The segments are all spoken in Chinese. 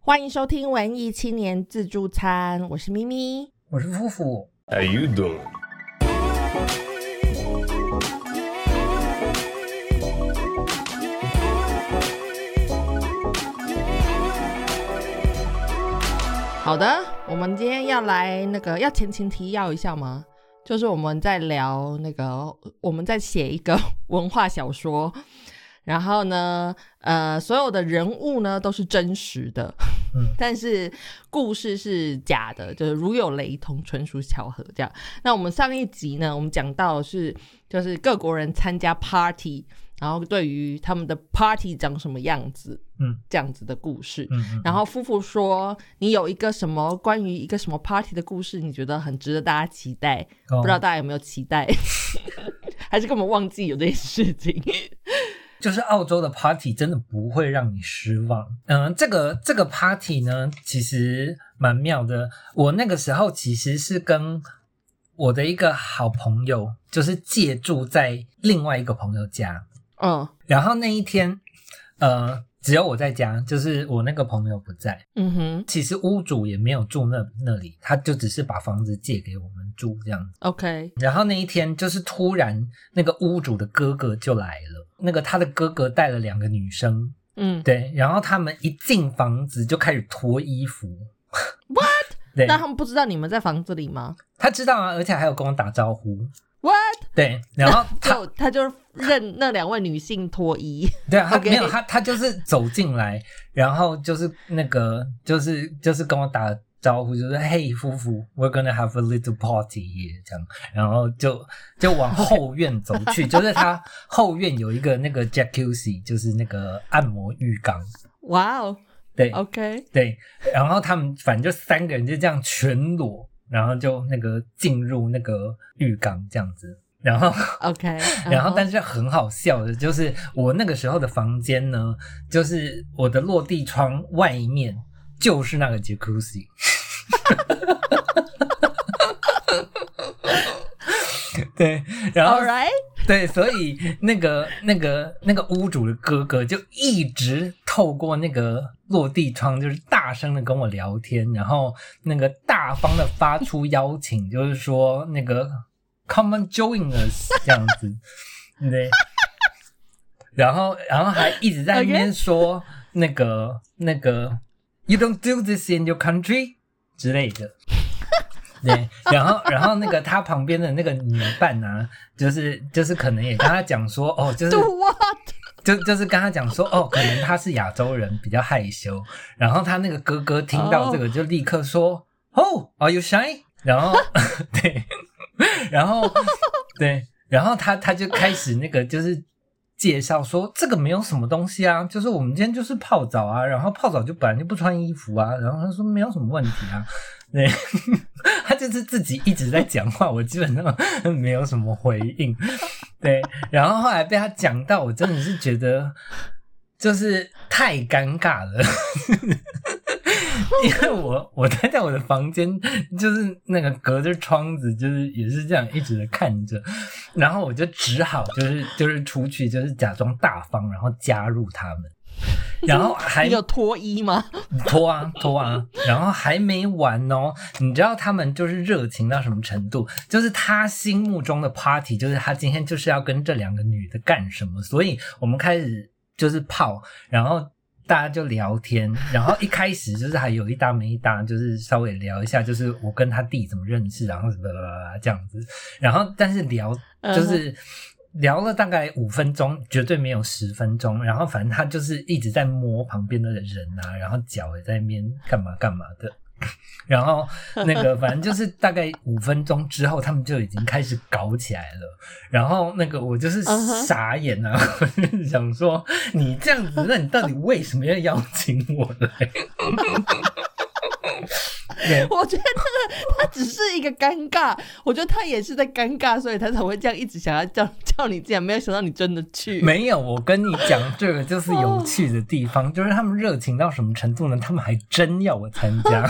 欢迎收听文艺青年自助餐，我是咪咪， 我是夫妇。 How you doing？ 好的，我们今天要来要前情提要一下吗？就是我们在聊我们在写一个文化小说，然后呢所有的人物呢都是真实的，但是故事是假的，就是如有雷同纯属巧合这样。那我们上一集呢，我们讲到的是就是各国人参加 party， 然后对于他们的 party 长什么样子，这样子的故事。然后夫妇说你有一个什么关于一个什么 party 的故事，你觉得很值得大家期待，不知道大家有没有期待还是根本忘记有这件事情就是澳洲的 party 真的不会让你失望。这个 party 呢其实蛮妙的。我那个时候其实是跟我的一个好朋友就是借住在另外一个朋友家，然后那一天只有我在家，就是我那个朋友不在。其实屋主也没有住那里，他就只是把房子借给我们住这样子。 OK， 然后那一天就是突然那个屋主的哥哥就来了，他的哥哥带了2个女生，对，然后他们一进房子就开始脱衣服。 What？ 对， 那他们不知道你们在房子里吗？ 他知道啊，而且还有跟我打招呼。 What？ 对，然后他就认那2位女性脱衣。 对啊，他没有他就是走进来，然后就是就是跟我打招呼，就是 Hey 夫妇 we're gonna have a little party here 这样，然后就往后院走去就是他后院有一个那个 jacuzzi， 就是那个按摩浴缸。 哇哦， 对 OK， 对，然后他们反正就3个人就这样全裸，然后就进入那个浴缸这样子。然后 OK， 然后但是很好笑的就是我那个时候的房间呢，就是我的落地窗外面就是那个 jacuzzi 对，然后 Alright， 对，所以那个屋主的哥哥就一直透过那个落地窗就是大声的跟我聊天，然后大方的发出邀请，就是说Come on join us 这样子对，然后还一直在那边说You don't do this in your country 之类的对，然后他旁边的那个女伴啊，就是可能也跟他讲说就是 Do what？ 就是跟他讲说可能他是亚洲人比较害羞，然后他那个哥哥听到这个就立刻说Are you shy？ 然后对，然后对，然后他就开始就是介绍说这个没有什么东西啊，就是我们今天就是泡澡啊，然后泡澡就本来就不穿衣服啊，然后他说没有什么问题啊，对他就是自己一直在讲话，我基本上没有什么回应，对，然后后来被他讲到，我真的是觉得就是太尴尬了因为我待在我的房间，就是隔着窗子，就是也是这样一直的看着，然后我就只好就是出去，就是假装大方，然后加入他们，然后你有脱衣吗？ 脱啊，然后还没完哦，你知道他们就是热情到什么程度？就是他心目中的 party， 就是他今天就是要跟这2个女的干什么，所以我们开始就是泡，然后大家就聊天，然后一开始就是还有一搭没一搭，就是稍微聊一下，就是我跟他弟怎么认识，然后这样子，然后但是聊就是聊了大概5分钟，绝对没有10分钟，然后反正他就是一直在摸旁边的人啊，然后脚也在那边干嘛的，然后反正就是大概5分钟之后，他们就已经开始搞起来了。然后我就是傻眼啊，想说你这样子，那你到底为什么要邀请我来？ 我觉得他只是一个尴尬，我觉得他也是在尴尬，所以他才会这样一直想要叫你进来，没有想到你真的去。 没有，我跟你讲，这个就是有趣的地方，就是他们热情到什么程度呢？他们还真要我参加。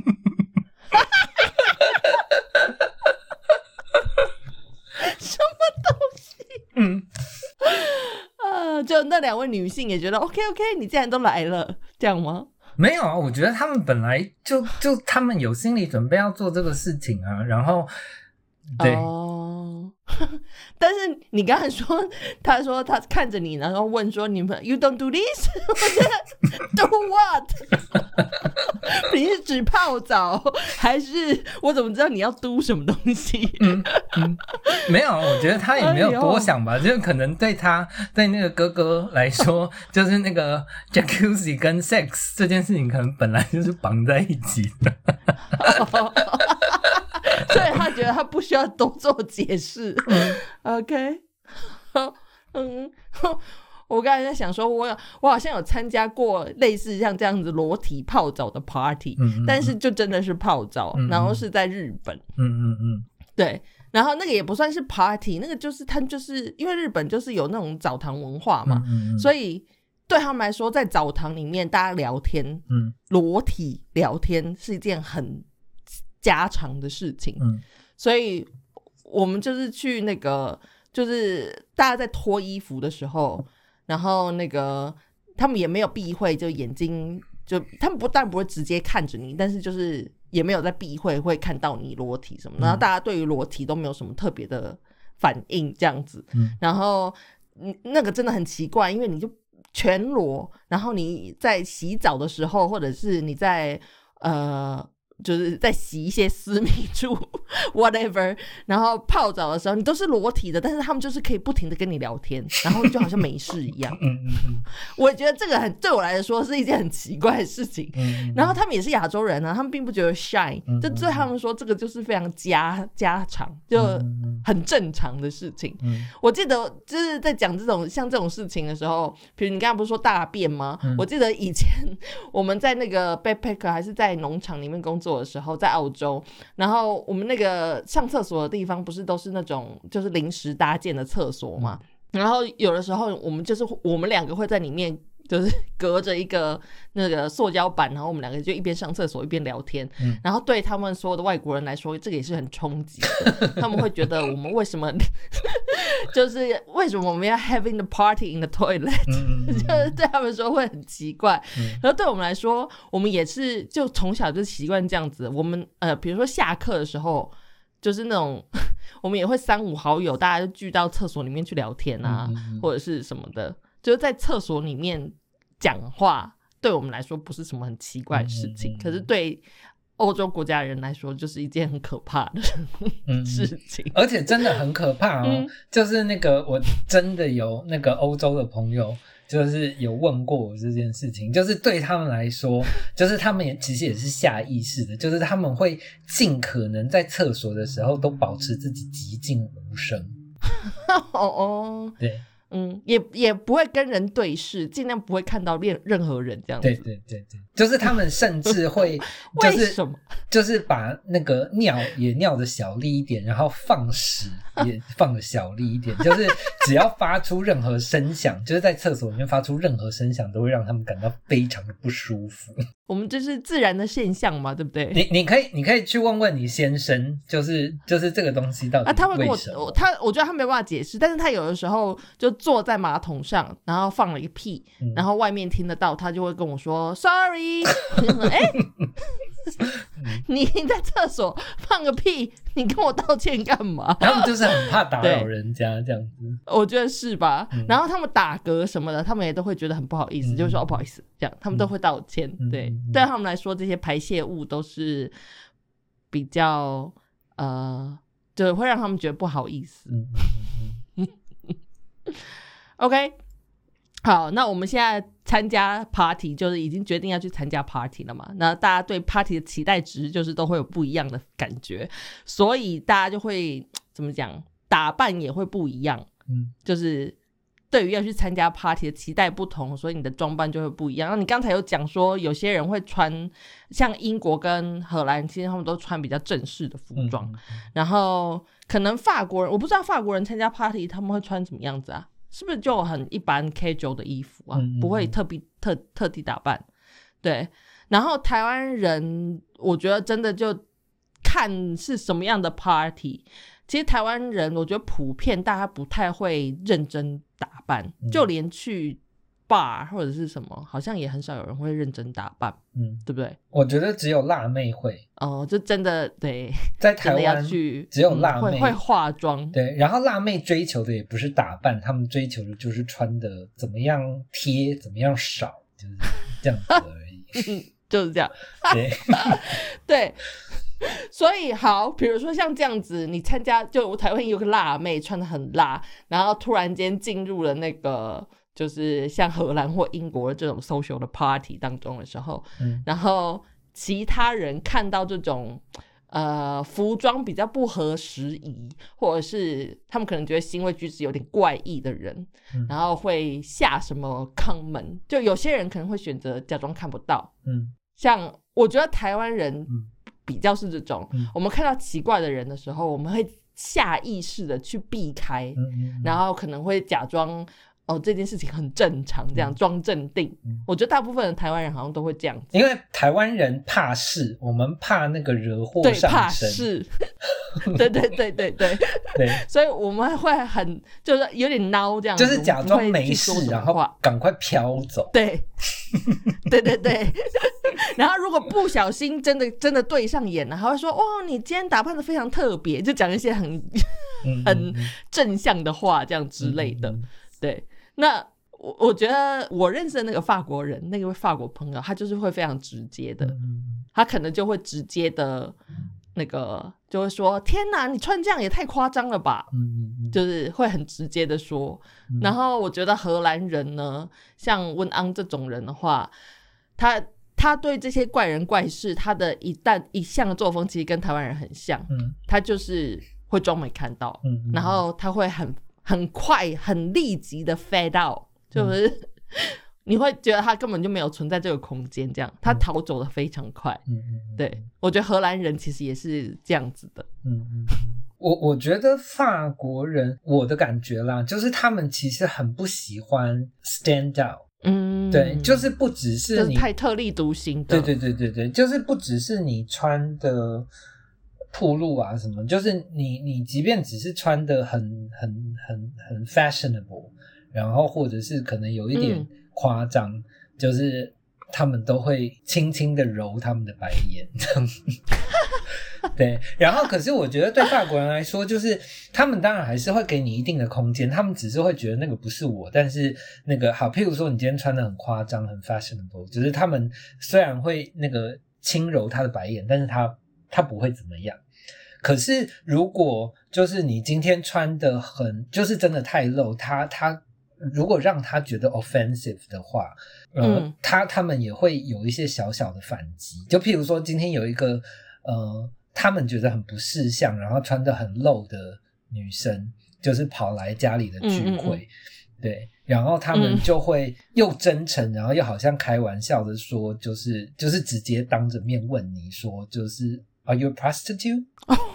什么东西？就那2位女性也觉得 OK， 你既然都来了，这样吗？ 没有啊，我觉得他们本来就他们有心理准备要做这个事情啊，然后对。 但是你刚才说，他说他看着你，然后问说你们 You don't do this 我觉得 Do what 你是指泡澡还是我怎么知道你要 do 什么东西没有，我觉得他也没有多想吧，就可能对那个哥哥来说就是那个 jacuzzi 跟 sex 这件事情可能本来就是绑在一起的所以他觉得他不需要多做解释OK 我刚才在想说我好像有参加过类似像这样子裸体泡澡的 party 但是就真的是泡澡然后是在日本对，然后那个也不算是 party 那个就是他就是因为日本就是有那种澡堂文化嘛所以对他们来说在澡堂里面大家聊天裸体聊天是一件很家常的事情所以我们就是去那个就是大家在脱衣服的时候然后那个他们也没有避讳就眼睛就他们当然不会直接看着你但是就是也没有在避讳会看到你裸体什么然后大家对于裸体都没有什么特别的反应这样子然后那个真的很奇怪因为你就全裸然后你在洗澡的时候或者是你在就是在洗一些私密处 whatever 然后泡澡的时候你都是裸体的但是他们就是可以不停的跟你聊天然后就好像没事一样我觉得这个对我来说是一件很奇怪的事情然后他们也是亚洲人啊他们并不觉得 shy 就对他们说这个就是非常家常就很正常的事情我记得就是在讲像这种事情的时候比如你刚才不是说大便吗我记得以前我们在那个 backpacker 还是在农场里面工作的时候在澳洲然后我们那个上厕所的地方不是都是那种就是临时搭建的厕所嘛然后有的时候我们两个会在里面就是隔着一个那个塑胶板然后我们两个就一边上厕所一边聊天然后对他们所有的外国人来说这个也是很冲击的他们会觉得我们为什么就是为什么我们要 having the party in the toilet 就是对他们说会很奇怪然后对我们来说我们也是就从小就习惯这样子我们比如说下课的时候就是那种我们也会3-5好友大家就聚到厕所里面去聊天啊或者是什么的就是在厕所里面讲话对我们来说不是什么很奇怪的事情可是对欧洲国家人来说就是一件很可怕的事情而且真的很可怕就是那个我真的有那个欧洲的朋友就是有问过我这件事情就是对他们来说就是他们其实也是下意识的就是他们会尽可能在厕所的时候都保持自己寂静无声对也不会跟人对视尽量不会看到任何人这样子对就是他们甚至会为什么就是把那个尿也尿的小力一点然后放屎也放的小力一点就是只要发出任何声响就是在厕所里面发出任何声响都会让他们感到非常的不舒服我们这是自然的现象嘛对不对你可以去问问你先生就是这个东西到底他会跟为什么我觉得他没办法解释但是他有的时候就坐在马桶上然后放了一个屁然后外面听得到他就会跟我说 sorry 你在厕所放个屁你跟我道歉干嘛他们就是很怕打扰人家这样子我觉得是吧然后他们打嗝什么的他们也都会觉得很不好意思就是说不好意思这样他们都会道歉对他们来说这些排泄物都是比较就会让他们觉得不好意思OK 好那我们现在参加 party 就是已经决定要去参加 party 了嘛那大家对 party 的期待值就是都会有不一样的感觉所以大家就会怎么讲打扮也会不一样就是对于要去参加 party 的期待不同所以你的装扮就会不一样那你刚才有讲说有些人会穿像英国跟荷兰其实他们都穿比较正式的服装然后可能法国人我不知道法国人参加 party 他们会穿什么样子啊是不是就很一般 casual 的衣服啊不会特地打扮对然后台湾人我觉得真的就看是什么样的 party其实台湾人我觉得普遍大家不太会认真打扮就连去 bar 或者是什么，好像也很少有人会认真打扮，对不对？ 我觉得只有辣妹会就真的对， 在台湾只有辣妹会化妆， 对，然后辣妹追求的也不是打扮，他们追求的就是穿的怎么样贴，怎么样少，就是这样子而已。 就是这样， 对对。所以好，比如说像这样子，你参加就台湾有个辣妹穿得很辣，然后突然间进入了那个就是像荷兰或英国这种 social 的 party 当中的时候，然后其他人看到这种服装比较不合时宜，或者是他们可能觉得行为举止有点怪异的人，然后会下什么comment，就有些人可能会选择假装看不到，像我觉得台湾人比较是这种，我们看到奇怪的人的时候，我们会下意识的去避开，然后可能会假装这件事情很正常，这样装镇定。我觉得大部分的台湾人好像都会这样子， 因为台湾人怕事，我们怕那个惹祸上身， 对，怕事，对，所以我们会很就是有点孬这样子， 就是假装没事，然后赶快飘走。 对，然后如果不小心真的对上眼了，还会说你今天打扮得非常特别，就讲一些很正向的话这样之类的。对，那我觉得我认识的那个法国人，那个法国朋友，他就是会非常直接的，他可能就会直接的那个就会说天哪，你穿这样也太夸张了吧，就是会很直接的说。然后我觉得荷兰人呢，像温昂这种人的话，他对这些怪人怪事，他的一向的作风其实跟台湾人很像，他就是会装没看到，然后他会很快很立即的 fade out， 就是你会觉得他根本就没有存在这个空间，这样他逃走的非常快。对，我觉得荷兰人其实也是这样子的。 我觉得法国人，我的感觉啦，就是他们其实很不喜欢 stand out。对，就是不只是你就是太特立独行的， 对，就是不只是你穿的暴露啊什么，就是你即便只是穿的很 fashionable， 然后或者是可能有一点夸张，就是他们都会轻轻的揉他们的白眼对，然后可是我觉得对法国人来说，就是他们当然还是会给你一定的空间，他们只是会觉得那个不是我，但是那个好，譬如说你今天穿的很夸张很 fashionable， 就是他们虽然会那个轻揉他的白眼，但是他不会怎么样。可是如果就是你今天穿的很就是真的太露，他如果让他觉得 offensive 的话，他们也会有一些小小的反击，就譬如说今天有一个他们觉得很不识相，然后穿得很露的女生，就是跑来家里的聚会，对，然后他们就会又真诚，然后又好像开玩笑的说，就是直接当着面问你说，就是 Are you a prostitute？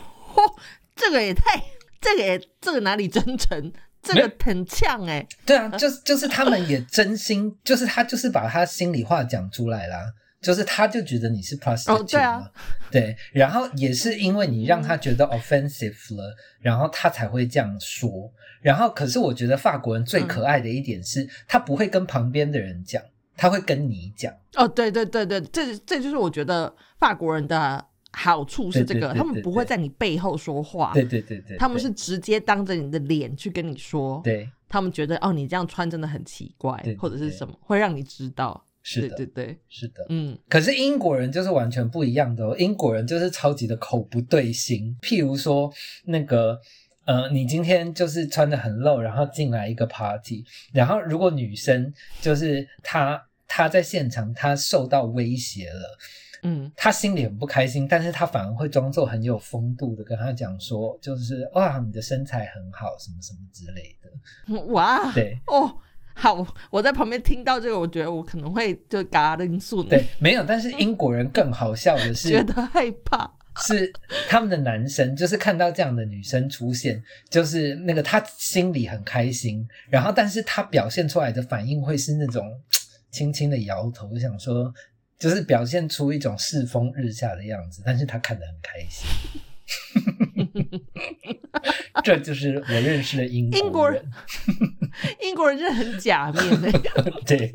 这个哪里真诚？这个很呛对啊，就是他们也真心，就是他就是把他心里话讲出来啦。就是他就觉得你是 prostitute 对啊， 对，然后也是因为你让他觉得 offensive 了，然后他才会这样说。然后可是我觉得法国人最可爱的一点是，他不会跟旁边的人讲，他会跟你讲。 对，这就是我觉得法国人的好处是这个，他们不会在你背后说话， 对， 他们是直接当着你的脸去跟你说， 对， 他们觉得你这样穿真的很奇怪，或者是什么，会让你知道。 是的， 对， 是的，可是英国人就是完全不一样的哦，英国人就是超级的口不对心。譬如说那个你今天就是穿得很露，然后进来一个 party， 然后如果女生就是她在现场她受到威胁了，她心里很不开心，但是她反而会装作很有风度的跟她讲说，就是哇你的身材很好什么什么之类的。 哇， 对好，我在旁边听到这个，我觉得我可能会就嘎铃顺。 对，没有，但是英国人更好笑的是， 觉得害怕， 是他们的男生，就是看到这样的女生出现，就是那个他心里很开心，然后但是他表现出来的反应会是那种轻轻的摇头，就想说，就是表现出一种世风日下的样子，但是他看得很开心。这就是我认识的英国人。 英国人真的很假面的。 对。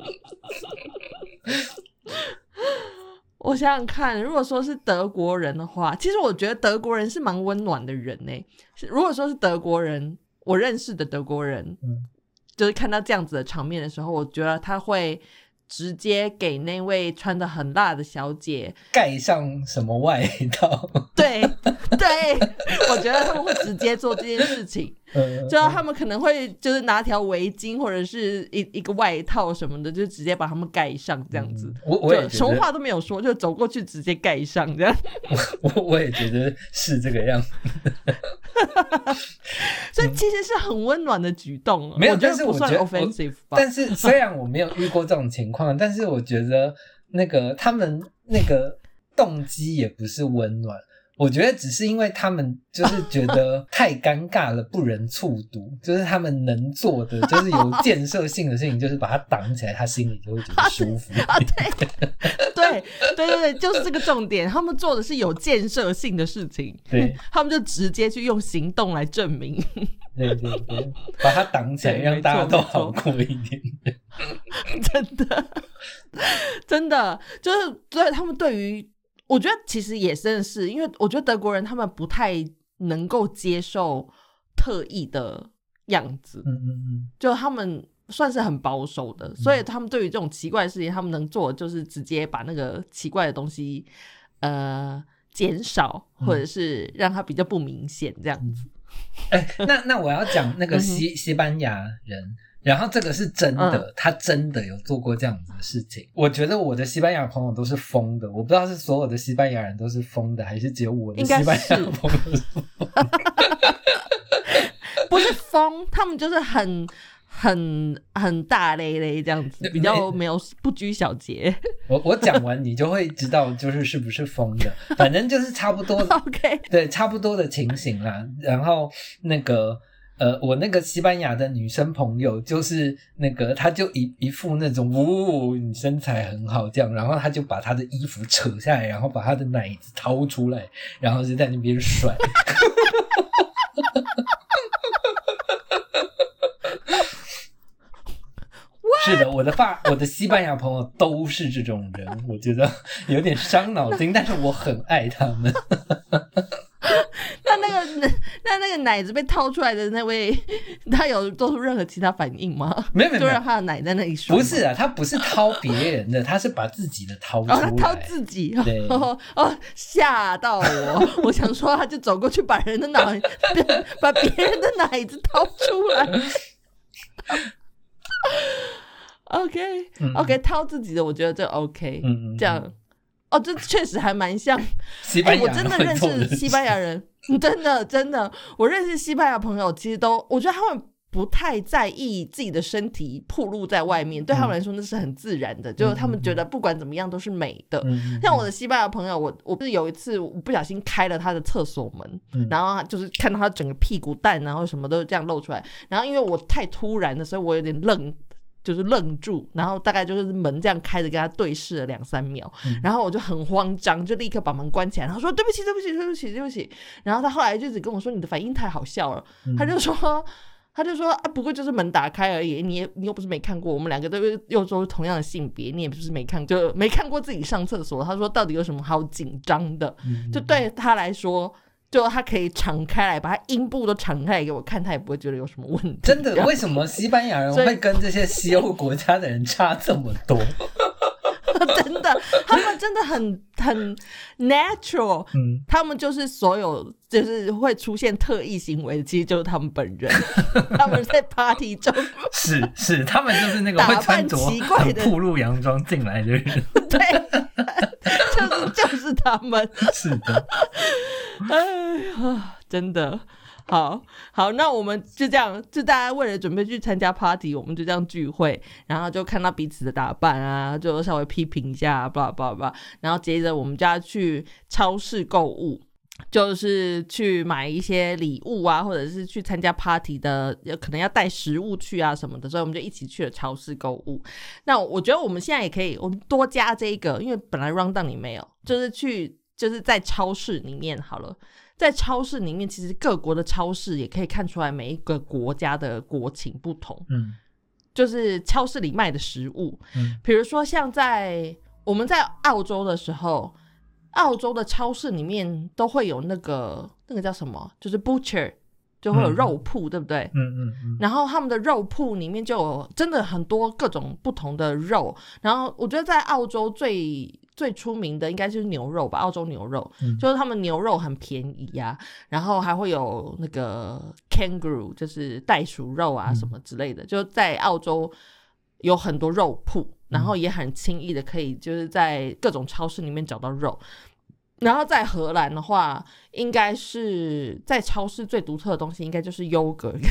我想想看，如果说是德国人的话，其实我觉得德国人是蛮温暖的人呢。如果说是德国人，我认识的德国人，就是看到这样子的场面的时候，我觉得他会直接给那位穿得很辣的小姐盖上什么外套。 对对，我觉得他们会直接做这件事情。就他们可能会就是拿条围巾或者是一个外套什么的，就直接把他们盖上这样子。 我也觉得什么话都没有说，就走过去直接盖上这样。 我也觉得是这个样子。 所以其实是很温暖的举动。 没有， 我觉但是得不算 offensive 吧。 但是虽然我没有遇过这种情况，但是我觉得那个他们那个动机也不是温暖。我觉得只是因为他们就是觉得太尴尬了，不忍卒读，就是他们能做的就是有建设性的事情，就是把它挡起来，他心里就会觉得舒服。 对，就是这个重点。他们做的是有建设性的事情， 对， 他们就直接去用行动来证明。 对，把它挡起来，让大家都好过一点。 真的，就是所以他们对于。我觉得其实也真的是，因为我觉得德国人他们不太能够接受特意的样子，就他们算是很保守的，所以他们对于这种奇怪的事情，他们能做的就是直接把那个奇怪的东西减少，或者是让它比较不明显这样子。 那我要讲那个西班牙人。然后这个是真的，他真的有做过这样子的事情。我觉得我的西班牙朋友都是疯的，我不知道是所有的西班牙人都是疯的，还是只有我的西班牙朋友是疯的。 不是疯，他们就是很大咧咧这样子，比较没有不拘小节。 我讲完你就会知道就是是不是疯的，反正就是差不多 OK， 对， 差不多的情形啦。然后那个我那个西班牙的女生朋友就是那个她就一副那种你身材很好这样，然后她就把她的衣服扯下来，然后把她的奶子掏出来，然后就在那边甩。是的，我的西班牙朋友都是这种人，我觉得有点伤脑筋，但是我很爱他们。 那个奶子被掏出来的那位，他有做出任何其他反应吗？ 没有， 就让他的奶在那里甩。 不是啊，他不是掏别人的，他是把自己的掏出来。 他掏自己。 对。 吓到我！我想说，他就走过去把别人的奶子掏出来。OK， 掏自己的，我觉得这 OK，这样。这确实还蛮像西班牙人。 我真的认识西班牙人，真的，我认识西班牙朋友，其实我觉得他们不太在意自己的身体暴露在外面，对他们来说那是很自然的，就是他们觉得不管怎么样都是美的。像我的西班牙朋友，我不是有一次我不小心开了他的厕所门，然后就是看到他整个屁股蛋然后什么都这样露出来，然后因为我太突然了，所以我有点就是愣住，然后大概就是门这样开着跟他对视了2-3秒，然后我就很慌张，就立刻把门关起来，然后说对不起，然后他后来就只跟我说你的反应太好笑了，他就说啊，不过就是门打开而已，你又不是没看过，我们两个都又说同样的性别，你也不是没看过自己上厕所，他说到底有什么好紧张的，就对他来说。就他可以敞开来，把他阴部都敞开来给我看，他也不会觉得有什么问题。 真的，为什么西班牙人会跟这些西欧国家的人差这么多？ 真的，他们真的很 natural，他们就是所有就是会出现特异行为的，其实就是他们本人。他们在 party 中是，他们就是那个会穿着很暴露洋装进来的人。 对，就是他们。 是的。 哎呀，真的好，那我们就这样，就大家为了准备去参加 party， 我们就这样聚会，然后就看到彼此的打扮啊，就稍微批评一下blah blah blah，然后接着我们就要去超市购物，就是去买一些礼物啊，或者是去参加 party 的，可能要带食物去啊什么的，所以我们就一起去了超市购物。那我觉得我们现在也可以，我们多加这个，因为本来 round down 里没有，就是去就是在超市里面好了，在超市里面，其实各国的超市也可以看出来每一个国家的国情不同。就是超市里卖的食物，比如说像我们在澳洲的时候，澳洲的超市里面都会有那个叫什么，就是 butcher， 就会有肉铺，对不对？然后他们的肉铺里面就有真的很多各种不同的肉，然后我觉得在澳洲最出名的应该就是牛肉吧，澳洲牛肉，就是他们牛肉很便宜啊，然后还会有那个 kangaroo， 就是袋鼠肉啊什么之类的，就在澳洲有很多肉铺，然后也很轻易的可以就是在各种超市里面找到肉。然后在荷兰的话，应该是在超市最独特的东西应该就是 yogurt 跟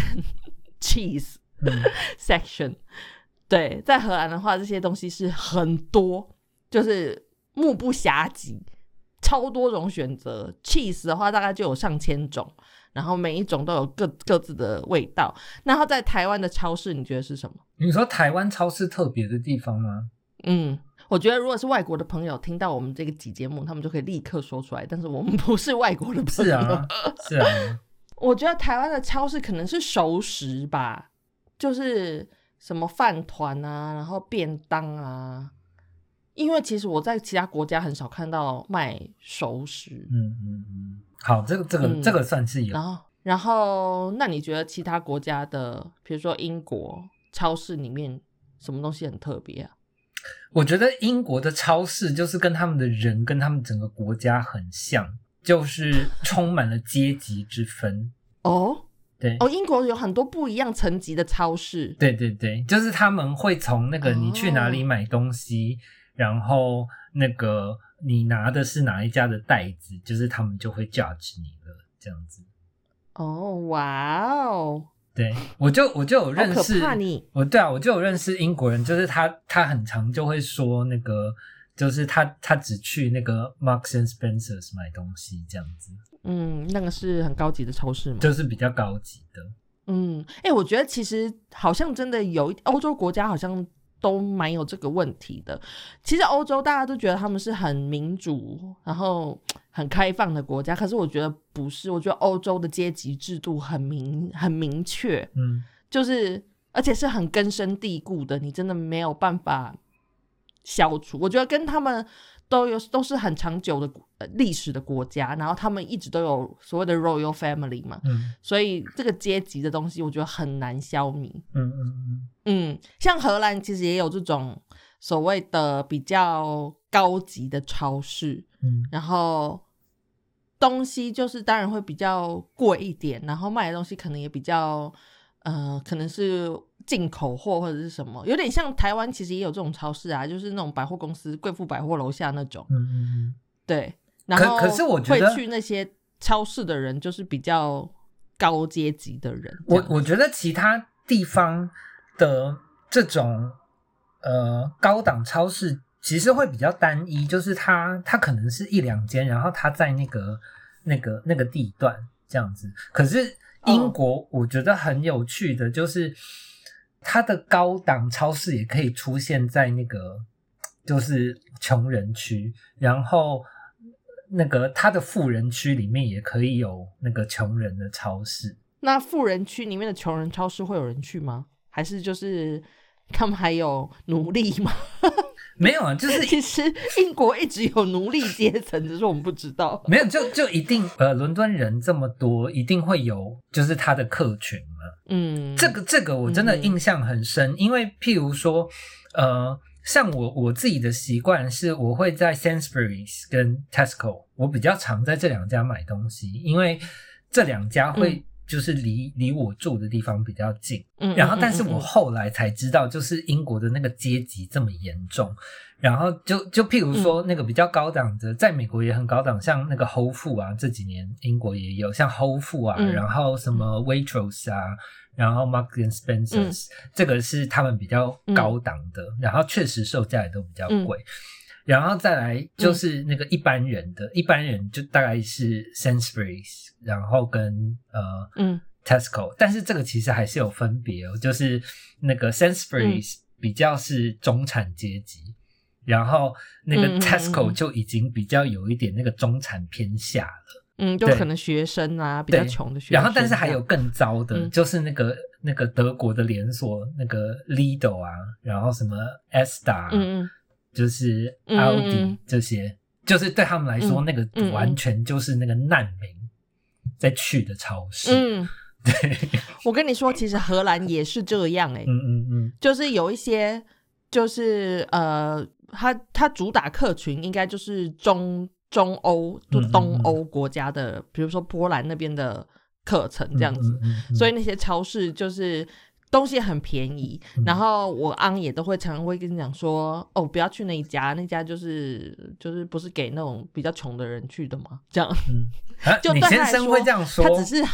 cheese section。对，在荷兰的话，这些东西是很多，就是目不暇接，超多种选择。cheese 的话大概就有上千种，然后每一种都有各自的味道。然后在台湾的超市你觉得是什么？ 你说台湾超市特别的地方吗？ 我觉得如果是外国的朋友听到我们这个集节目，他们就可以立刻说出来，但是我们不是外国的朋友。 是啊我觉得台湾的超市可能是熟食吧，就是什么饭团啊，然后便当啊，因为其实我在其他国家很少看到卖熟食。 好，这个算是有。 然后那你觉得其他国家的，比如说英国超市里面什么东西很特别啊？ 我觉得英国的超市就是跟他们的人跟他们整个国家很像，就是充满了阶级之分。对英国有很多不一样层级的超市。 对，就是他们会从那个你去哪里买东西，然后那个你拿的是哪一家的袋子，就是他们就会 judge 你了，这样子。 哇哦！ 对，我就有认识， 好可怕你。 对啊，我就有认识英国人，就是他很常就会说那个，就是他只去那个 Marks and Spencers 买东西这样子。 那个是很高级的超市吗？ 就是比较高级的。 我觉得其实好像真的有欧洲国家好像都蛮有这个问题的。其实欧洲大家都觉得他们是很民主然后很开放的国家，可是我觉得不是，我觉得欧洲的阶级制度很明确，就是而且是很根深蒂固的，你真的没有办法消除。我觉得跟他们都是很长久的历史的国家，然后他们一直都有所谓的 royal family 嘛，所以这个阶级的东西我觉得很难消弭。像荷兰其实也有这种所谓的比较高级的超市，然后东西就是当然会比较贵一点，然后卖的东西可能也比较可能是进口货或者是什么，有点像台湾其实也有这种超市啊，就是那种百货公司贵妇百货楼下那种。对，然后可是我觉得会去那些超市的人就是比较高阶级的人。 我觉得其他地方的这种高档超市其实会比较单一，就是它可能是一两间，然后它在那个地段这样子。可是英国我觉得很有趣的就是它的高档超市也可以出现在那个就是穷人区，然后那个它的富人区里面也可以有那个穷人的超市。 那富人区里面的穷人超市会有人去吗？还是就是他们还有奴隶吗？ 没有啊，就是其实英国一直有奴隶阶层，只是我们不知道。 没有，就一定伦敦人这么多，一定会有就是他的客群嘛。这个我真的印象很深，因为譬如说像我自己的习惯是我会在 Sainsbury's 跟 Tesco 我比较常在这两家买东西，因为这两家会就是离我住的地方比较近。然后但是我后来才知道就是英国的那个阶级这么严重，然后就譬如说那个比较高档的在美国也很高档，像那个 Whole Foods 啊，这几年英国也有像 Whole Foods 啊，然后什么 Waitrose 啊，然后 Marks and Spencers，这个是他们比较高档的，然后确实售价也都比较贵。然后再来就是那个一般人的，一般人就大概是 Sainsbury's， 然后跟Tesco， 但是这个其实还是有分别哦，就是那个 Sainsbury's 比较是中产阶级， 然后那个嗯 Tesco 就已经比较有一点那个中产偏下了。 就可能学生啊，比较穷的学生。 然后但是还有更糟的，就是那个德国的连锁那个 Lidl 啊，然后什么 Asda，就是 Aldi 这些，就是对他们来说，那个完全就是那个难民在去的超市。对， 我跟你说，其实荷兰也是这样就是有一些就是它主打客群应该就是中欧就东欧国家的，比如说波兰那边的课程这样子，所以那些超市就是东西很便宜，然后我昂也都会常常会跟你讲说，哦，不要去那一家，那家就是不是给那种比较穷的人去的嘛，这样。就你先生会这样说， 他只是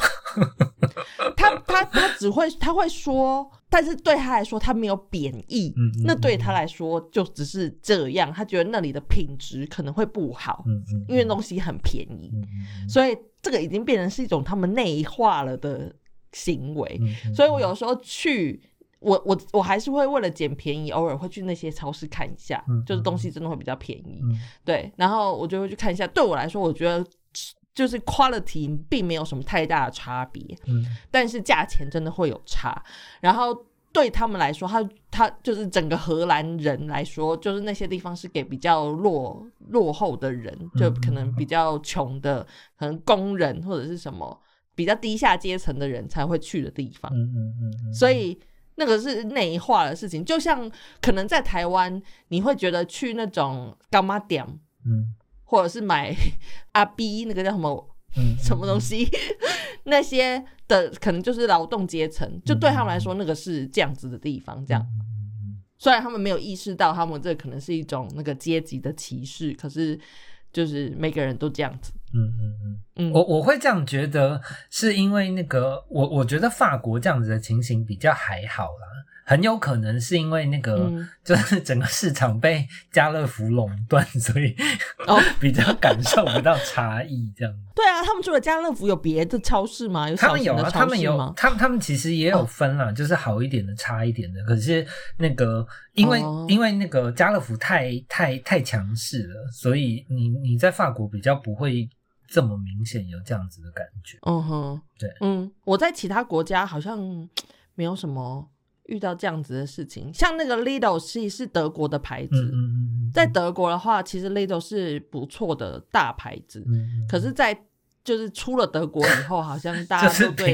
他会说，但是对他来说他没有贬义，那对他来说就只是这样，他觉得那里的品质可能会不好，因为东西很便宜，所以这个已经变成是一种他们内化了的行为，所以我有时候去。我还是会为了捡便宜，偶尔会去那些超市看一下，就是东西真的会比较便宜，对，然后我就会去看一下。对我来说，我觉得就是 quality 并没有什么太大的差别，但是价钱真的会有差。然后对他们来说，他就是整个荷兰人来说，就是那些地方是给比较落后的人，就可能比较穷的，可能工人或者是什么比较低下阶层的人才会去的地方。所以那个是内化的事情，就像可能在台湾，你会觉得去那种干妈店，或者是买阿 B 那个叫什么什么东西，那些的可能就是劳动阶层，就对他们来说，那个是这样子的地方，这样。虽然他们没有意识到，他们这可能是一种那个阶级的歧视，可是就是每个人都这样子。 我会这样觉得，是因为那个我觉得法国这样子的情形比较还好啦，很有可能是因为那个就是整个市场被家乐福垄断，所以比较感受不到差异这样。 对啊，他们除了家乐福有别的超市吗？有小型的超市吗？ 他们其实也有分啦，就是好一点的差一点的。可是那个因为那个家乐福太强势了，所以你在法国比较不会这么明显有这样子的感觉。对， 我在其他国家好像没有什么遇到这样子的事情。像那个 Lidl 是德国的牌子，在德国的话，其实 Lidl 是不错的大牌子，可是在就是出了德国以后，好像大家都对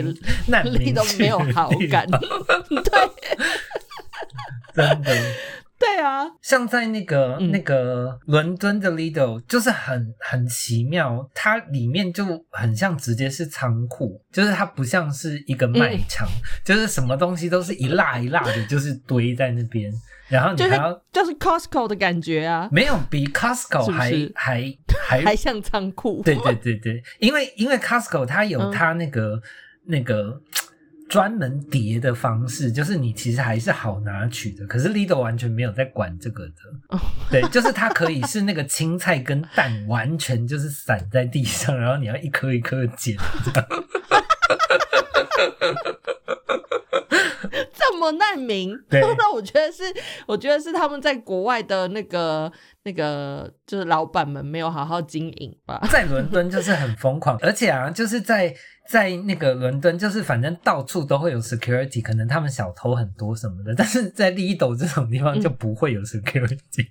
Lidl 没有好感。对， 真的。 对啊， 像在那个伦敦的 Lidl 就是很奇妙，它里面就很像直接是仓库，就是它不像是一个卖场，就是什么东西都是一沓一沓的，就是堆在那边，然后你还要就是 Costco 的感觉啊， 没有比 Costco 还像仓库。 对，因为 Costco 它有它那个专门叠的方式，就是你其实还是好拿取的，可是 Lidl 完全没有在管这个的。对，就是它可以是那个青菜跟蛋完全就是散在地上，然后你要一颗一颗捡这样。 这么难民，那我觉得是他们在国外的那个就是老板们没有好好经营吧。 在伦敦就是很疯狂，而且啊，就是在那个伦敦，就是反正到处都会有 security， 可能他们小偷很多什么的，但是在Lidl这种地方就不会有 security。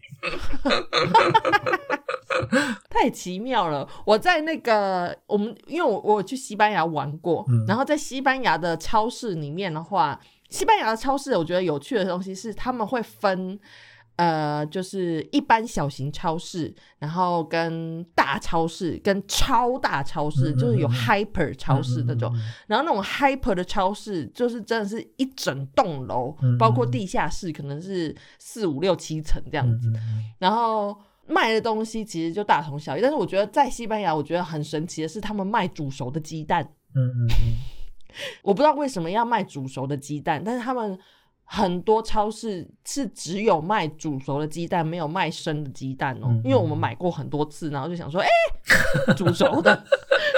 太奇妙了！我在那个因为我有去西班牙玩过，然后在西班牙的超市里面的话，西班牙的超市我觉得有趣的东西是他们会分就是一般小型超市，然后跟大超市跟超大超市，就是有 hyper 超市那种，然后那种 hyper 的超市就是真的是一整栋楼，包括地下室可能是4、5、6、7层这样子，然后卖的东西其实就大同小异。但是我觉得在西班牙我觉得很神奇的是他们卖煮熟的鸡蛋。我不知道为什么要卖煮熟的鸡蛋，但是他们很多超市是只有卖煮熟的鸡蛋，没有卖生的鸡蛋哦。因为我们买过很多次，然后就想说煮熟的就是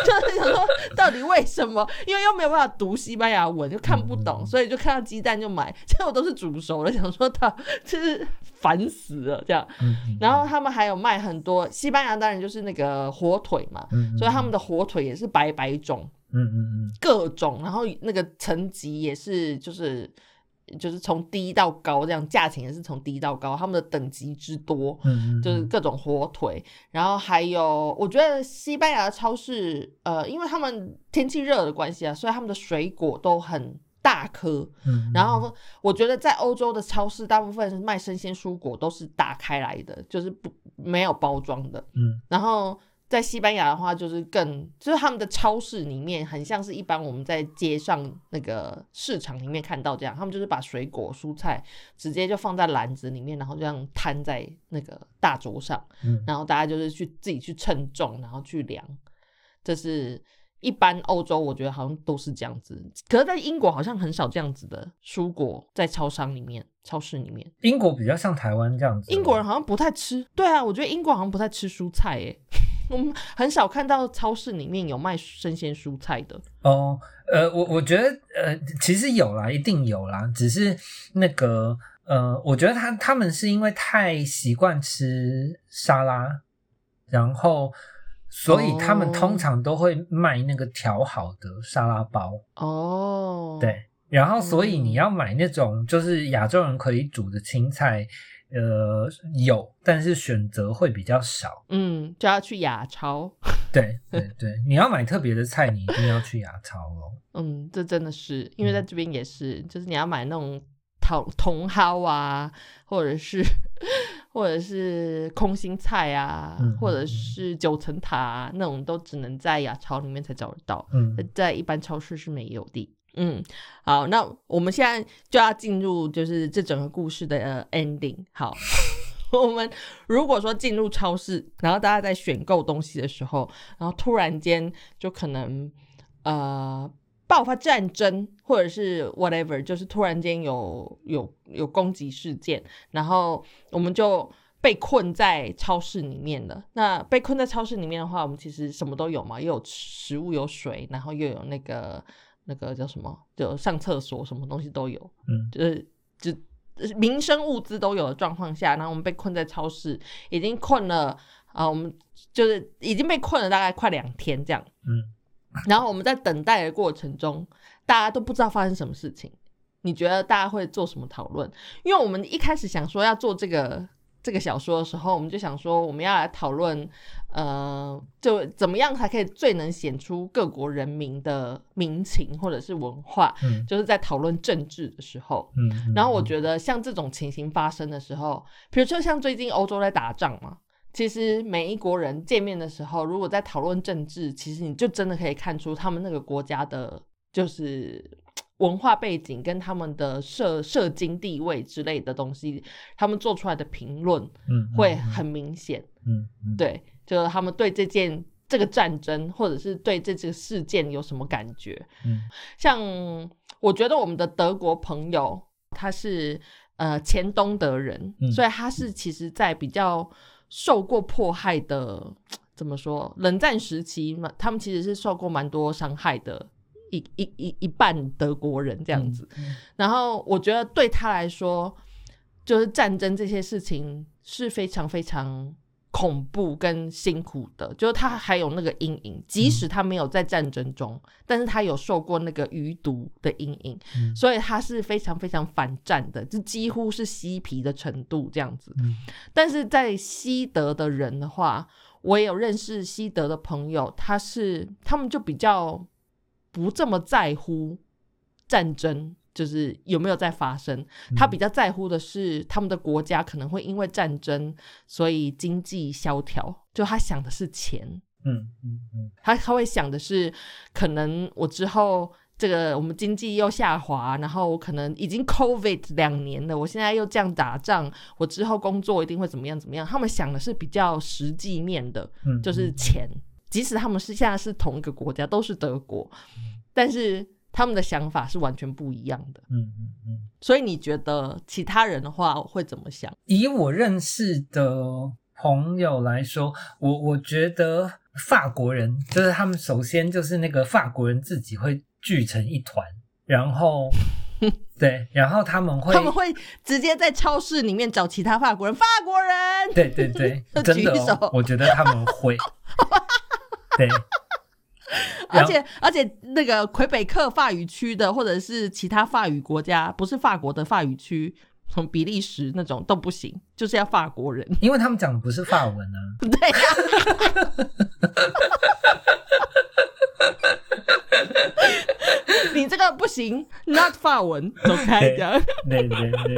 说到底为什么？因为又没有办法读西班牙文，就看不懂，所以就看到鸡蛋就买，结果都是煮熟了，想说他就是烦死了这样。然后他们还有卖很多西班牙，当然就是那个火腿嘛，所以他们的火腿也是百种，各种，然后那个层级也是就是从低到高这样，价钱也是从低到高，他们的等级之多，就是各种火腿，然后还有我觉得西班牙的超市，因为他们天气热的关系啊，所以他们的水果都很大颗，然后我觉得在欧洲的超市大部分卖生鲜蔬果都是打开来的，就是没有包装的，然后在西班牙的话就是他们的超市里面很像是一般我们在街上那个市场里面看到这样，他们就是把水果蔬菜直接就放在篮子里面，然后这样摊在那个大桌上，然后大家就是自己去称重然后去量，这是一般欧洲我觉得好像都是这样子，可是在英国好像很少这样子的蔬果在超市里面。 英国比较像台湾这样子， 英国人好像不太吃，对啊，我觉得英国好像不太吃蔬菜耶我们很少看到超市里面有卖生鲜蔬菜的哦。我觉得其实有啦，一定有啦，只是那个我觉得他们是因为太习惯吃沙拉，然后所以他们通常都会卖那个调好的沙拉包哦，对，然后所以你要买那种就是亚洲人可以煮的青菜有，但是选择会比较少， 就要去亚超对对对，你要买特别的菜你一定要去亚超哦。 这真的是因为在这边也是，就是你要买那种茼蒿啊，或者是空心菜啊，或者是九层塔啊，那种都只能在亚超里面才找得到，在一般超市是没有的。好，那我们现在就要进入就是这整个故事的ending。好，我们如果说进入超市，然后大家在选购东西的时候，然后突然间就可能爆发战争，或者是 whatever， 就是突然间有攻击事件，然后我们就被困在超市里面了。那被困在超市里面的话，我们其实什么都有嘛，又有食物有水，然后又有那个叫什么，就上厕所什么东西都有，就民生物资都有的状况下，然后我们被困在超市，已经困了我们就是已经被困了大概快2天这样，然后我们在等待的过程中，大家都不知道发生什么事情。你觉得大家会做什么讨论？因为我们一开始想说要做这个小说的时候，我们就想说我们要来讨论就怎么样才可以最能显出各国人民的民情或者是文化，就是在讨论政治的时候，然后我觉得像这种情形发生的时候，比如说像最近欧洲在打仗嘛，其实每一国人见面的时候，如果在讨论政治，其实你就真的可以看出他们那个国家的就是文化背景跟他们的社经地位之类的东西，他们做出来的评论会很明显，对，就是他们对这个战争或者是对这个事件有什么感觉，像我觉得我们的德国朋友他是前东德人，所以他是其实在比较受过迫害的，怎么说，冷战时期他们其实是受过蛮多伤害的一半德国人这样子，然后我觉得对他来说就是战争这些事情是非常非常恐怖跟辛苦的，就是他还有那个阴影，即使他没有在战争中，但是他有受过那个余毒的阴影，所以他是非常非常反战的，就几乎是嬉皮的程度这样子，但是在西德的人的话，我也有认识西德的朋友，他们就比较不这么在乎战争就是有没有在发生，他比较在乎的是他们的国家可能会因为战争所以经济萧条，就他想的是钱，他会想的是可能我之后这个我们经济又下滑，然后我可能已经 COVID 2年了，我现在又这样打仗，我之后工作一定会怎么样怎么样，他们想的是比较实际面的，就是钱，即使他们现在是同一个国家，都是德国，但是他们的想法是完全不一样的。所以你觉得其他人的话会怎么想？ 以我认识的朋友来说，我觉得法国人就是他们首先就是那个法国人自己会聚成一团，然后对，然后他们会直接在超市里面找其他法国人， 对对对，真的哦，我觉得他们会，对。 而且那个魁北克法语区的，或者是其他法语国家，不是法国的法语区，从比利时那种都不行，就是要法国人， 因为他们讲的不是法文啊。 对啊。你这个不行 ，not 法文，走开这样。 对对对。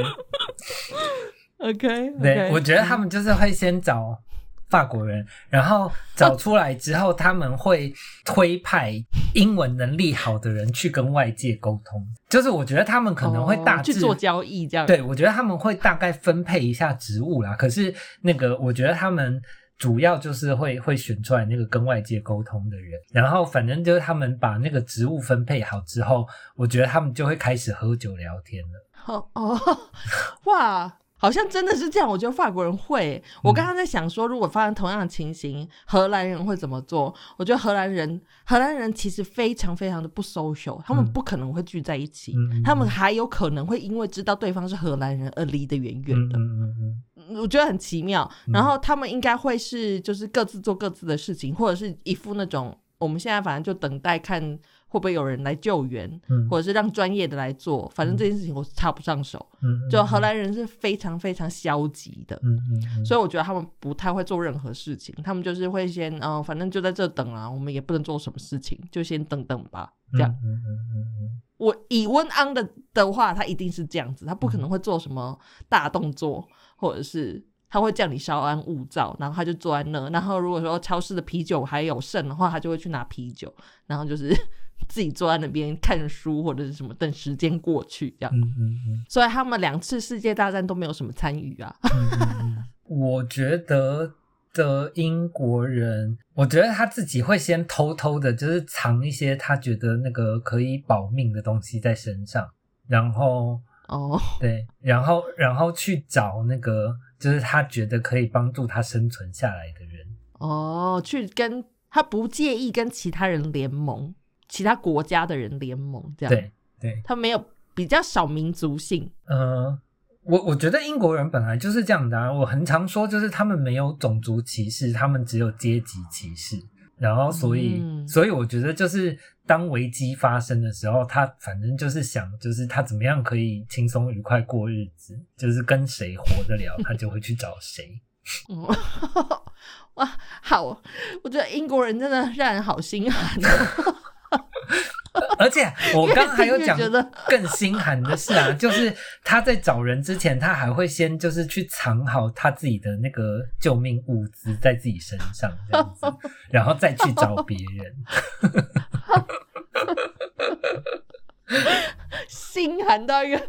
OK， 对，我觉得他们就是会先找法国人，然后找出来之后，他们会推派英文能力好的人去跟外界沟通。就是我觉得他们可能会大致去做交易这样。 对，我觉得他们会大概分配一下职务啦。可是那个，我觉得他们主要就是会选出来那个跟外界沟通的人，然后反正就是他们把那个职务分配好之后，我觉得他们就会开始喝酒聊天了。 哇！好像真的是这样，我觉得法国人会。我刚刚在想说，如果发生同样的情形，荷兰人会怎么做？我觉得荷兰人其实非常非常的不 social， 他们不可能会聚在一起，他们还有可能会因为知道对方是荷兰人而离得远远的。我觉得很奇妙。然后他们应该会是就是各自做各自的事情，或者是一副那种我们现在反正就等待看会不会有人来救援，或者是让专业的来做，反正这件事情我插不上手。就荷兰人是非常非常消极的，所以我觉得他们不太会做任何事情，他们就是会先反正就在这等啊，我们也不能做什么事情，就先等等吧，这样。我以温安的话，他一定是这样子，他不可能会做什么大动作，或者是他会叫你稍安勿躁，然后他就坐在那，然后如果说超市的啤酒还有剩的话，他就会去拿啤酒，然后就是自己坐在那边看书或者是什么，等时间过去这样。所以他们2次世界大战都没有什么参与啊。 我觉得的英国人，我觉得他自己会先偷偷的就是藏一些他觉得那个可以保命的东西在身上，然后对，然后去找那个就是他觉得可以帮助他生存下来的人。 去跟他不介意跟其他人联盟，其他国家的人联盟这样。 对对， 他没有比较少民族性。 我觉得英国人本来就是这样的啊，我很常说就是他们没有种族歧视，他们只有阶级歧视。然后所以我觉得就是当危机发生的时候，他反正就是想就是他怎么样可以轻松愉快过日子，就是跟谁活得了他就会去找谁。 哇，好，我觉得英国人真的让人好心寒而且我刚刚还有讲更心寒的是啊，就是他在找人之前，他还会先就是去藏好他自己的那个救命物资在自己身上这样子，然后再去找别人。 心寒到一个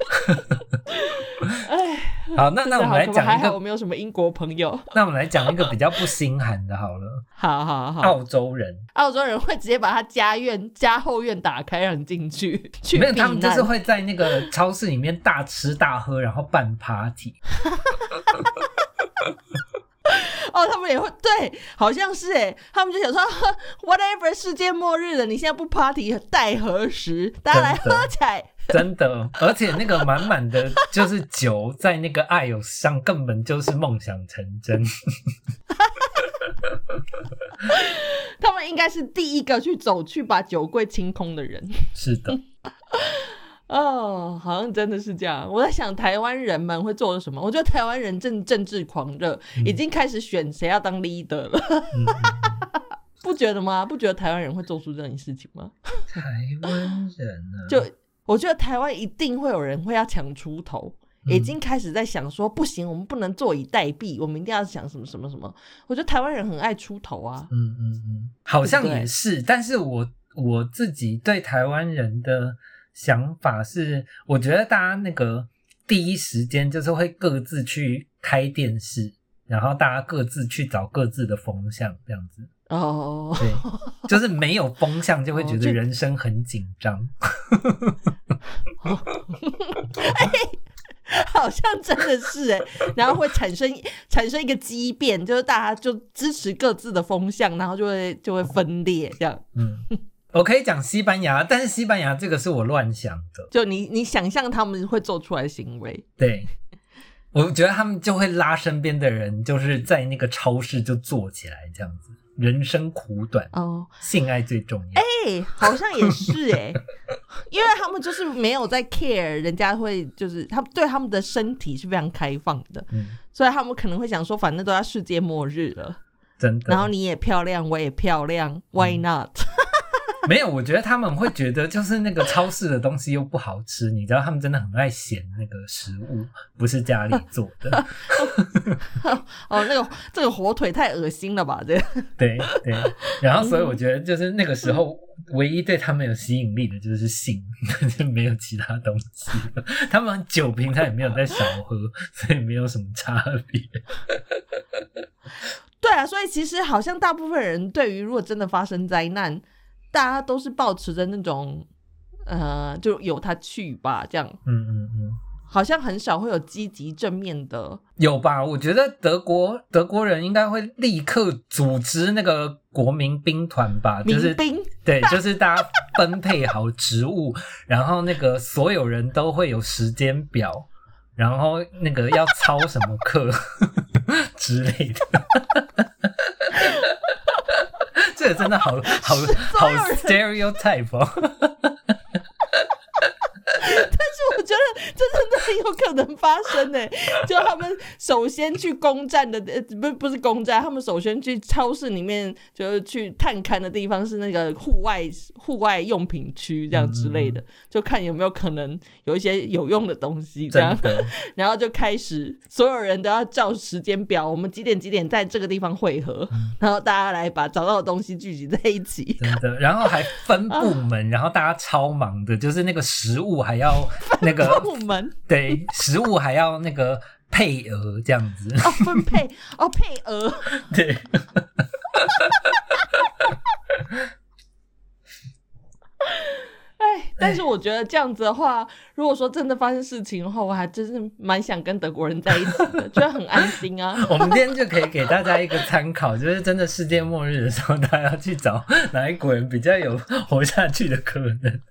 好，那我们来讲一个， 我没有什么英国朋友。 那我们来讲一个比较不心寒的好了。 好， 澳洲人会直接把他家后院打开让你进去没有，他们就是会在那个超市里面大吃大喝，然后办 party。 他们也会，对，好像是他们就想说 whatever 世界末日了，你现在不 party 待何时，大家来喝起来。 真的，而且那个满满的就是酒在那个爱友上根本就是梦想成真。 他们应该是第一个走去把酒柜清空的人。 是的。 好像真的是这样。我在想台湾人们会做什么，我觉得台湾人政治狂热，已经开始选谁要当 leader 了。不觉得吗？不觉得台湾人会做出这种事情吗？ 台湾人啊， 就我觉得台湾一定会有人会要抢出头，已经开始在想说不行，我们不能坐以待毙，我们一定要想什么什么什么。我觉得台湾人很爱出头啊。 好像也是，但是我自己对台湾人的想法是，我觉得大家那个第一时间就是会各自去开电视，然后大家各自去找各自的风向这样子。对，就是没有风向就会觉得人生很紧张。 好像真的是然后会产生一个畸变，就是大家就支持各自的风向，然后就会分裂这样。 我可以讲西班牙，但是西班牙这个是我乱想的， 就你想象他们会做出来的行为。 对，我觉得他们就会拉身边的人，就是在那个超市就坐起来这样子。人生苦短性爱最重要。 好像也是因为他们就是没有在 care 人家会，就是他们对他们的身体是非常开放的，所以他们可能会想说反正都要世界末日了， 真的， 然后你也漂亮我也漂亮，why not？ 没有，我觉得他们会觉得就是那个超市的东西又不好吃，你知道他们真的很爱嫌那个食物不是家里做的。这个火腿太恶心了吧，这个。对，然后所以我觉得就是那个时候唯一对他们有吸引力的就是性，就没有其他东西了。他们酒平常也没有在少喝，所以没有什么差别。 对啊，所以其实好像大部分人对于如果真的发生灾难，大家都是抱持着那种就由他去吧这样。好像很少会有积极正面的。 有吧，我觉得德国人应该会立刻组织那个国民兵团吧，就是民兵。 对，就是大家分配好职务，然后那个所有人都会有时间表，然后那个要操什么课之类的。这个真的好 stereotype 但是我觉得这真的很有可能发生就他们首先去攻占的不是攻占，他们首先去超市里面就是去探勘的地方是那个户外用品区这样之类的，就看有没有可能有一些有用的东西这样，然后就开始所有人都要照时间表，我们几点在这个地方汇合，然后大家来把找到的东西聚集在一起， 真的，然后还分部门然后大家超忙的，就是那个食物还要那个部门， 对，食物还要那个配额这样子分配配额， 对。 但是我觉得这样子的话，如果说真的发生事情的话，我还真是蛮想跟德国人在一起的，觉得很安心啊。 我们今天就可以给大家一个参考，就是真的世界末日的时候，大家要去找哪一国人比较有活下去的可能。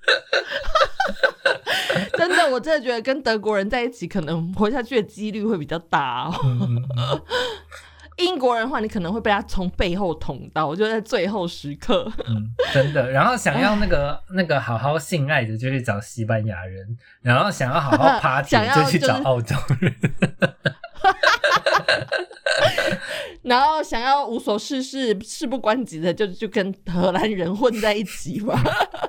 真的，我真的觉得跟德国人在一起，可能活下去的几率会比较大英国人的话，你可能会被他从背后捅刀，就在最后时刻。 真的。然后想要那个好好性爱的，就去找西班牙人；然后想要好好 party 就去找澳洲人。 然后想要无所事事、事不关己的，就跟荷兰人混在一起吧。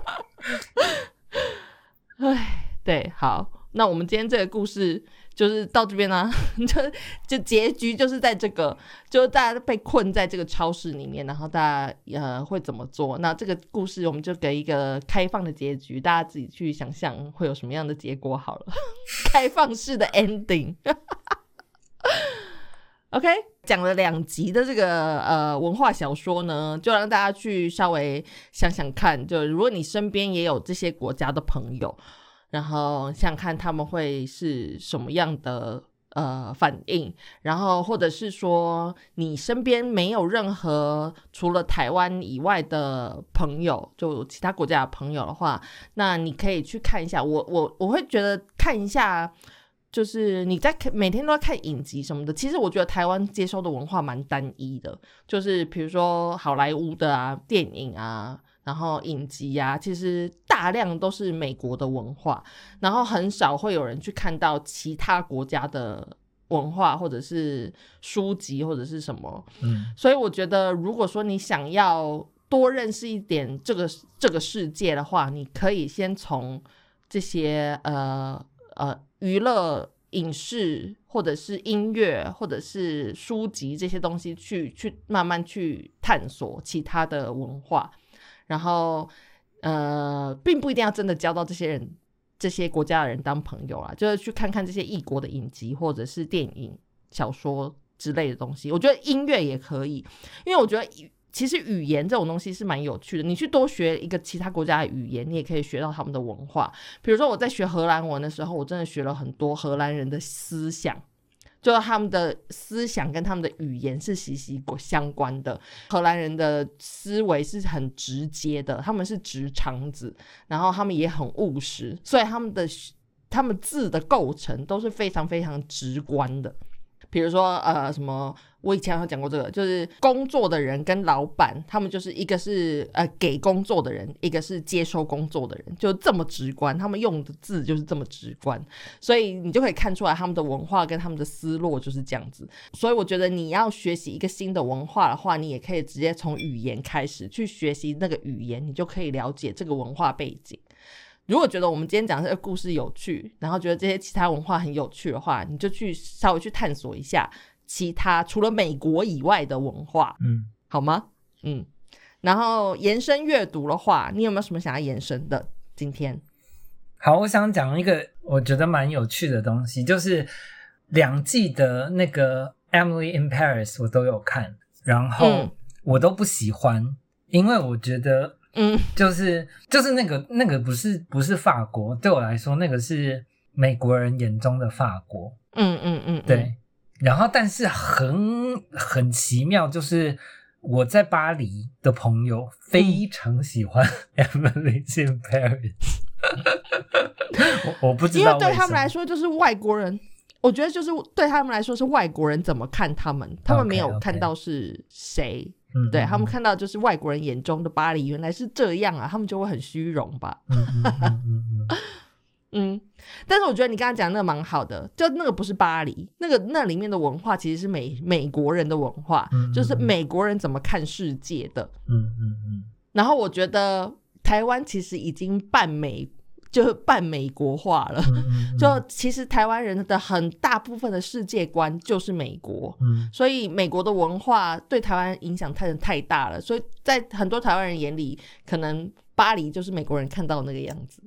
对，好，那我们今天这个故事就是到这边啊，就结局就是在这个，就是大家被困在这个超市里面，然后大家会怎么做？那这个故事我们就给一个开放的结局，大家自己去想象会有什么样的结果好了，开放式的 ending 。OK， 讲了2集的这个文化小说呢，就让大家去稍微想想看，就如果你身边也有这些国家的朋友，然后想看他们会是什么样的反应，然后或者是说你身边没有任何除了台湾以外的朋友，就其他国家的朋友的话，那你可以去看一下。我会觉得看一下，就是你在每天都在看影集什么的，其实我觉得台湾接收的文化蛮单一的，就是比如说好莱坞的啊电影啊，然后影集啊，其实大量都是美国的文化，然后很少会有人去看到其他国家的文化或者是书籍或者是什么。所以我觉得如果说你想要多认识一点这个世界的话，你可以先从这些娱乐影视或者是音乐或者是书籍这些东西去慢慢去探索其他的文化，然后并不一定要真的交到这些国家的人当朋友啦，就是去看看这些异国的影集或者是电影小说之类的东西。我觉得音乐也可以，因为我觉得其其实语言这种东西是蛮有趣的，你去多学一个其他国家的语言，你也可以学到他们的文化。比如说我在学荷兰文的时候，我真的学了很多荷兰人的思想，就是他们的思想跟他们的语言是息息相关的。荷兰人的思维是很直接的，他们是直肠子，然后他们也很务实，所以他们字的构成都是非常非常直观的。比如说什么，我以前有讲过这个，就是工作的人跟老板，他们就是一个是给工作的人，一个是接收工作的人，就这么直观，他们用的字就是这么直观，所以你就可以看出来他们的文化跟他们的思路就是这样子。所以我觉得你要学习一个新的文化的话，你也可以直接从语言开始去学习那个语言，你就可以了解这个文化背景。如果觉得我们今天讲的这个故事有趣，然后觉得这些其他文化很有趣的话，你就去稍微去探索一下其他除了美国以外的文化，好吗？然后延伸阅读的话，你有没有什么想要延伸的？今天好，我想讲一个我觉得蛮有趣的东西，就是2季的那个 Emily in Paris 我都有看，然后我都不喜欢，因为我觉得就是那个不是法国，对我来说那个是美国人眼中的法国。对。然后但是很奇妙，就是我在巴黎的朋友非常喜欢 Emily in Paris 我不知道为什么， 因为对他们来说就是外国人，我觉得就是对他们来说是外国人怎么看他们，他们没有看到是谁。对，他们看到就是外国人眼中的巴黎原来是这样啊，他们就会很虚荣吧。但是我觉得你刚刚讲的那个蛮好的，就那个不是巴黎，那里面的文化其实是美国人的文化，就是美国人怎么看世界的。然后我觉得台湾其实已经半美国化了。就其实台湾人的很大部分的世界观就是美国，所以美国的文化对台湾影响太大了，所以在很多台湾人眼里，可能巴黎就是美国人看到那个样子。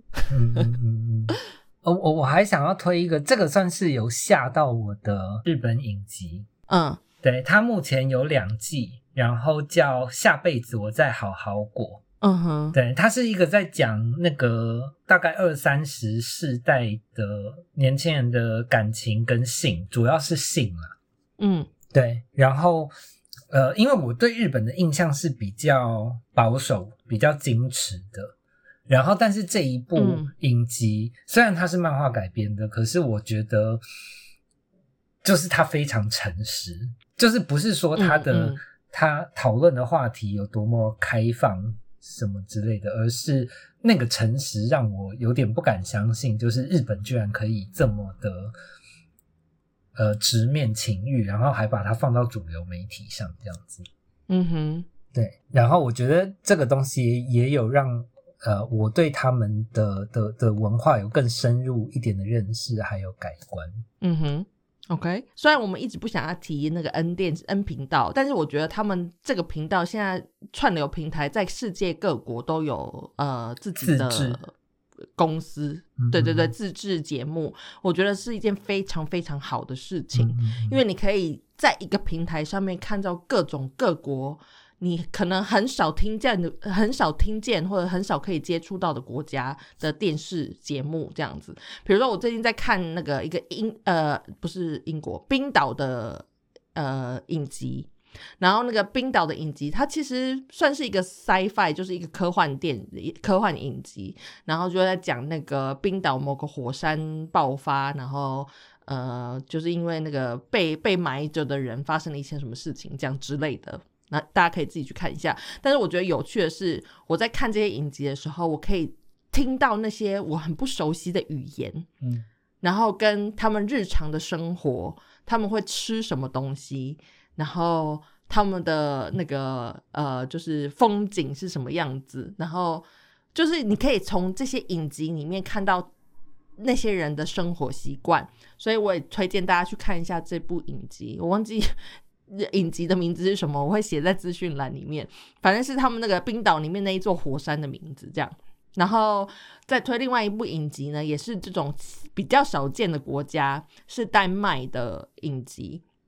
我还想要推一个，这个算是有吓到我的日本影集。对，它目前有2季，然后叫下辈子我再好好过。对，它是一个在讲那个大概20-30世代的年轻人的感情跟性，主要是性啦。对，然后因为我对日本的印象是比较保守比较矜持的，然后但是这一部影集虽然它是漫画改编的，可是我觉得就是它非常诚实，就是不是说他讨论的话题有多么开放什么之类的，而是那个诚实让我有点不敢相信，就是日本居然可以这么的直面情欲，然后还把它放到主流媒体上这样子。对，然后我觉得这个东西也有让我对他们的文化有更深入一点的认识还有改观。 OK， 虽然我们一直不想要提那个 N 频道，但是我觉得他们这个频道现在串流平台在世界各国都有自己的公司，对，自制节目，我觉得是一件非常非常好的事情。因为你可以在一个平台上面看到各国你可能很少听见或者很少可以接触到的国家的电视节目这样子。比如说我最近在看那个一个不是英国，冰岛的影集，然后那个冰岛的影集它其实算是一个 sci-fi， 就是一个科幻影集，然后就在讲那个冰岛某个火山爆发，然后就是因为那个被埋着的人发生了一些什么事情这样之类的，那大家可以自己去看一下。但是我觉得有趣的是，我在看这些影集的时候，我可以听到那些我很不熟悉的语言，然后跟他们日常的生活，他们会吃什么东西，然后他们的那个就是风景是什么样子，然后就是你可以从这些影集里面看到那些人的生活习惯。所以我也推荐大家去看一下这部影集，我忘记影集的名字是什么，我会写在资讯栏里面，反正是他们那个冰岛里面那一座火山的名字这样。然后再推另外一部影集呢，也是这种比较少见的国家，是丹麦的影集。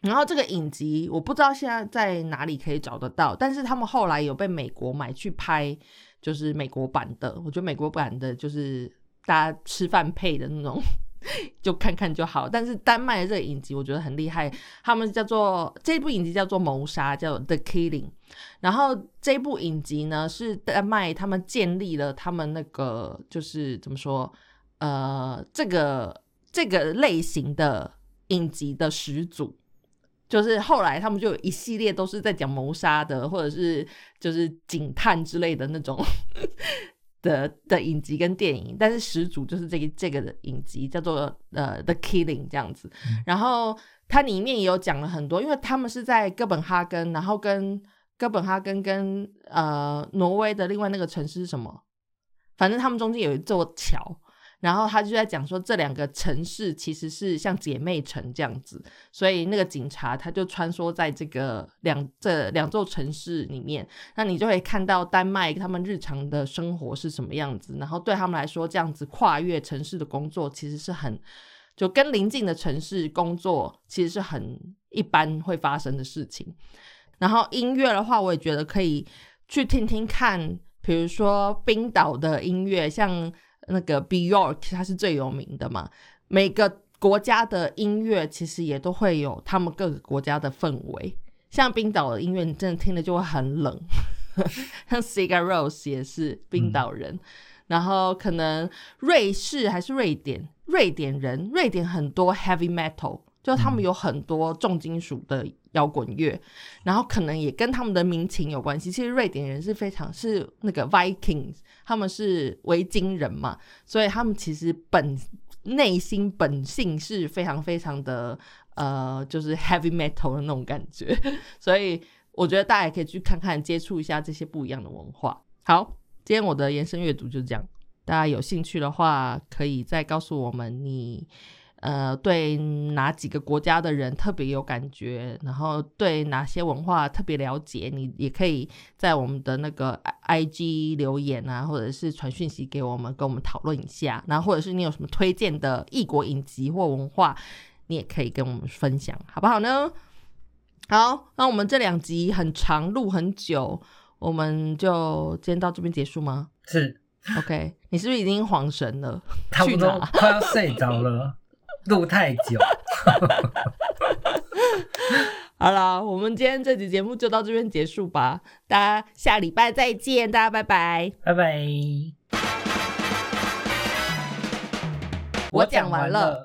然后这个影集我不知道现在在哪里可以找得到，但是他们后来有被美国买去拍，就是美国版的。我觉得美国版的就是大家吃饭配的那种就看看就好。但是丹麦的这个影集我觉得很厉害，他们这部影集叫做谋杀，叫 The Killing。 然后这部影集呢是丹麦他们建立了他们那个就是怎么说这个类型的影集的始祖，就是后来他们就有一系列都是在讲谋杀的，或者是就是警探之类的那种的影集跟电影，但是始祖就是这个影集叫做The Killing 这样子。然后它里面也有讲了很多，因为他们是在哥本哈根，然后跟哥本哈根跟挪威的另外那个城市是什么，反正他们中间有一座桥，然后他就在讲说这两个城市其实是像姐妹城这样子，所以那个警察他就穿梭在这两座城市里面，那你就会看到丹麦他们日常的生活是什么样子，然后对他们来说这样子跨越城市的工作其实是很就跟邻近的城市工作其实是很一般会发生的事情。然后音乐的话我也觉得可以去听听看，比如说冰岛的音乐，像那个 Björk 它是最有名的嘛，每个国家的音乐其实也都会有他们各个国家的氛围，像冰岛的音乐你真的听了就会很冷像 Sigur Rós 也是冰岛人，然后可能瑞士还是瑞典人，瑞典很多 heavy metal， 就他们有很多重金属的摇滚乐，然后可能也跟他们的民情有关系。其实瑞典人是那个 Vikings， 他们是维京人嘛，所以他们其实内心本性是非常非常的就是 heavy metal 的那种感觉，所以我觉得大家也可以去看看，接触一下这些不一样的文化。好，今天我的延伸阅读就是这样，大家有兴趣的话可以再告诉我们你对哪几个国家的人特别有感觉，然后对哪些文化特别了解，你也可以在我们的那个 IG 留言啊，或者是传讯息给我们，跟我们讨论一下，然后或者是你有什么推荐的异国影集或文化，你也可以跟我们分享，好不好呢？好，那我们这2集很长，录很久，我们就今天到这边结束吗？ 是 OK， 你是不是已经恍神了？ 差不多快要睡着了录太久好啦，我们今天这集节目就到这边结束吧，大家下礼拜再见，大家拜拜， 拜拜。 我讲完了。